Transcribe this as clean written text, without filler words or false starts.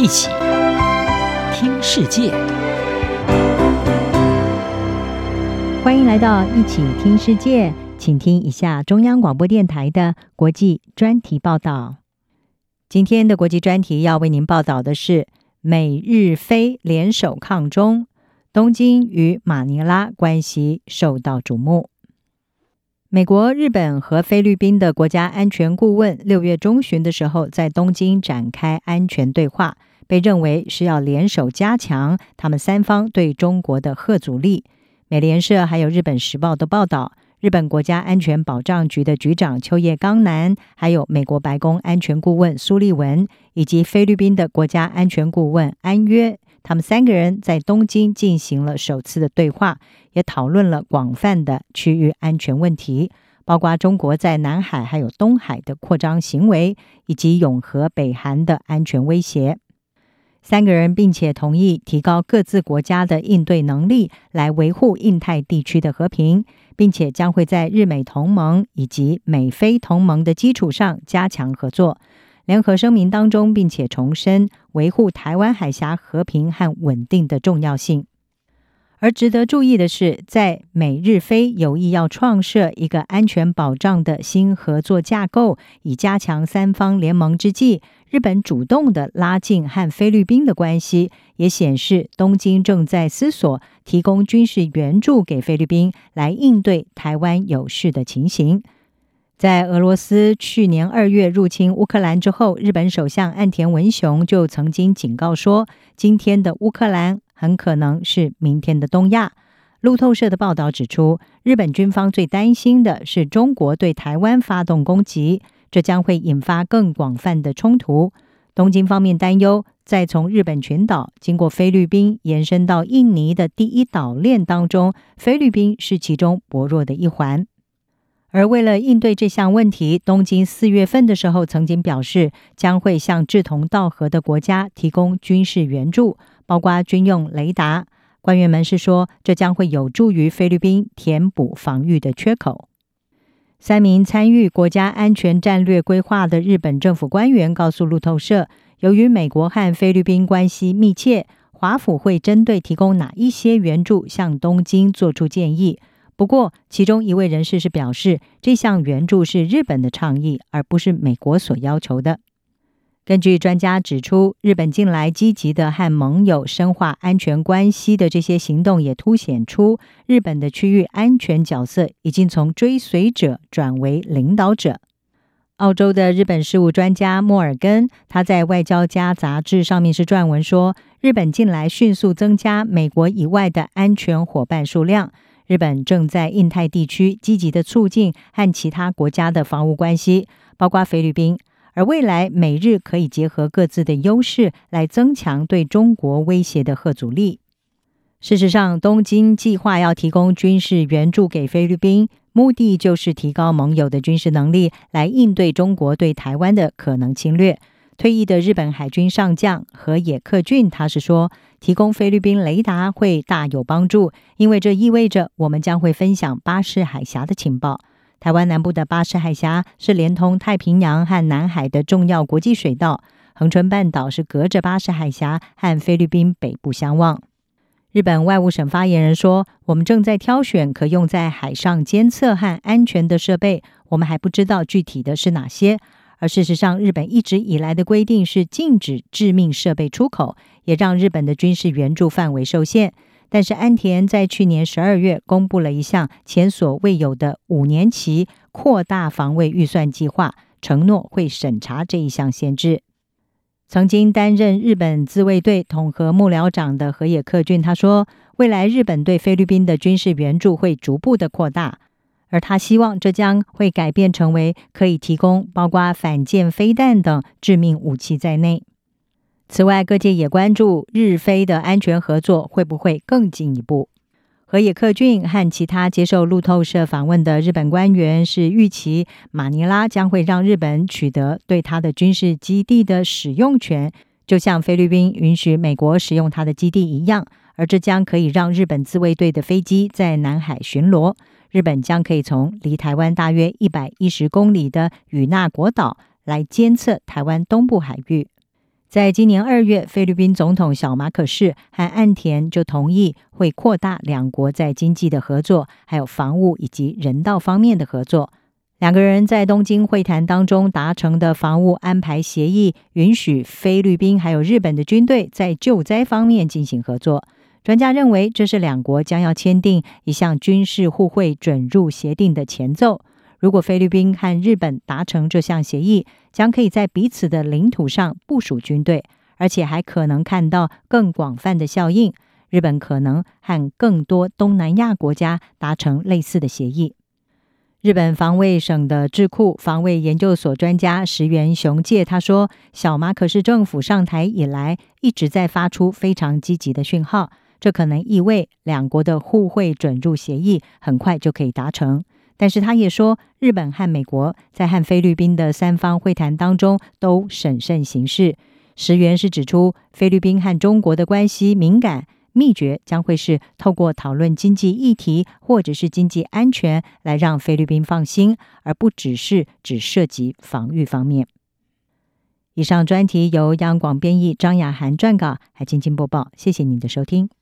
起听世界， 欢迎来到一起听世界，请听一下中央广播电台的国际专题报道。今天的国际专题要为您报道的是美日菲联手抗中，东京与马尼拉关系受到瞩目。美国、日本和菲律宾的国家安全顾问6月中旬的时候在东京展开安全对话，被认为是要联手加强他们三方对中国的嚇阻力。美联社还有日本时报的报道，日本国家安全保障局的局长秋叶刚男，还有美国白宫安全顾问苏利文，以及菲律宾的国家安全顾问安约，他们3个人在东京进行了首次的对话，也讨论了广泛的区域安全问题，包括中国在南海还有东海的扩张行为，以及永和北韩的安全威胁。3个人并且同意提高各自国家的应对能力，来维护印太地区的和平，并且将会在日美同盟以及美菲同盟的基础上加强合作。联合声明当中并且重申维护台湾海峡和平和稳定的重要性。而值得注意的是，在美日菲有意要创设一个安全保障的新合作架构，以加强三方联盟之际，日本主动的拉近和菲律宾的关系，也显示东京正在思索提供军事援助给菲律宾，来应对台湾有事的情形。在俄罗斯去年2月入侵乌克兰之后，日本首相岸田文雄就曾经警告说，今天的乌克兰很可能是明天的东亚。路透社的报道指出，日本军方最担心的是中国对台湾发动攻击，这将会引发更广泛的冲突。东京方面担忧，在从日本群岛经过菲律宾延伸到印尼的第一岛链当中，菲律宾是其中薄弱的一环。而为了应对这项问题，东京4月份的时候曾经表示，将会向志同道合的国家提供军事援助，包括军用雷达。官员们是说，这将会有助于菲律宾填补防御的缺口。3名参与国家安全战略规划的日本政府官员告诉路透社，由于美国和菲律宾关系密切，华府会针对提供哪一些援助向东京做出建议。不过，其中一位人士是表示，这项援助是日本的倡议，而不是美国所要求的。根据专家指出，日本近来积极的和盟友深化安全关系的这些行动，也凸显出日本的区域安全角色已经从追随者转为领导者。澳洲的日本事务专家莫尔根，他在外交家杂志上面是撰文说，日本近来迅速增加美国以外的安全伙伴数量，日本正在印太地区积极的促进和其他国家的防务关系，包括菲律宾，而未来美日可以结合各自的优势来增强对中国威胁的嚇阻力。事实上，东京计划要提供军事援助给菲律宾，目的就是提高盟友的军事能力，来应对中国对台湾的可能侵略。退役的日本海军上将河野克俊他是说，提供菲律宾雷达会大有帮助，因为这意味着我们将会分享巴士海峡的情报。台湾南部的巴士海峡是连通太平洋和南海的重要国际水道，恒春半岛是隔着巴士海峡和菲律宾北部相望。日本外务省发言人说，我们正在挑选可用在海上监测和安全的设备，我们还不知道具体的是哪些。而事实上，日本一直以来的规定是禁止致命设备出口，也让日本的军事援助范围受限。但是岸田在去年12月公布了一项前所未有的5年期扩大防卫预算计划，承诺会审查这一项限制。曾经担任日本自卫队统合幕僚长的河野克俊他说，未来日本对菲律宾的军事援助会逐步的扩大，而他希望这将会改变成为可以提供包括反舰飞弹等致命武器在内。此外，各界也关注日菲的安全合作会不会更进一步。河野克俊和其他接受路透社访问的日本官员是预期马尼拉将会让日本取得对他的军事基地的使用权，就像菲律宾允许美国使用他的基地一样，而这将可以让日本自卫队的飞机在南海巡逻。日本将可以从离台湾大约110公里的与那国岛来监测台湾东部海域。 在今年2月，菲律宾总统小马可仕和岸田就同意会扩大两国在经济的合作，还有防务以及人道方面的合作。两个人在东京会谈当中达成的防务安排协议，允许菲律宾还有日本的军队在救灾方面进行合作。专家认为，这是两国将要签订一项军事互惠准入协定的前奏。如果菲律宾和日本达成这项协议，将可以在彼此的领土上部署军队，而且还可能看到更广泛的效应。日本可能和更多东南亚国家达成类似的协议。日本防卫省的智库防卫研究所专家石原雄介他说，小马可仕政府上台以来一直在发出非常积极的讯号，这可能意味两国的互惠准入协议很快就可以达成。但是他也说，日本和美国在和菲律宾的3方会谈当中都审慎行事。石原是指出，菲律宾和中国的关系敏感，秘诀将会是透过讨论经济议题或者是经济安全来让菲律宾放心，而不只涉及防御方面。以上专题由央广编译张雅涵撰稿，还静静播报。谢谢您的收听。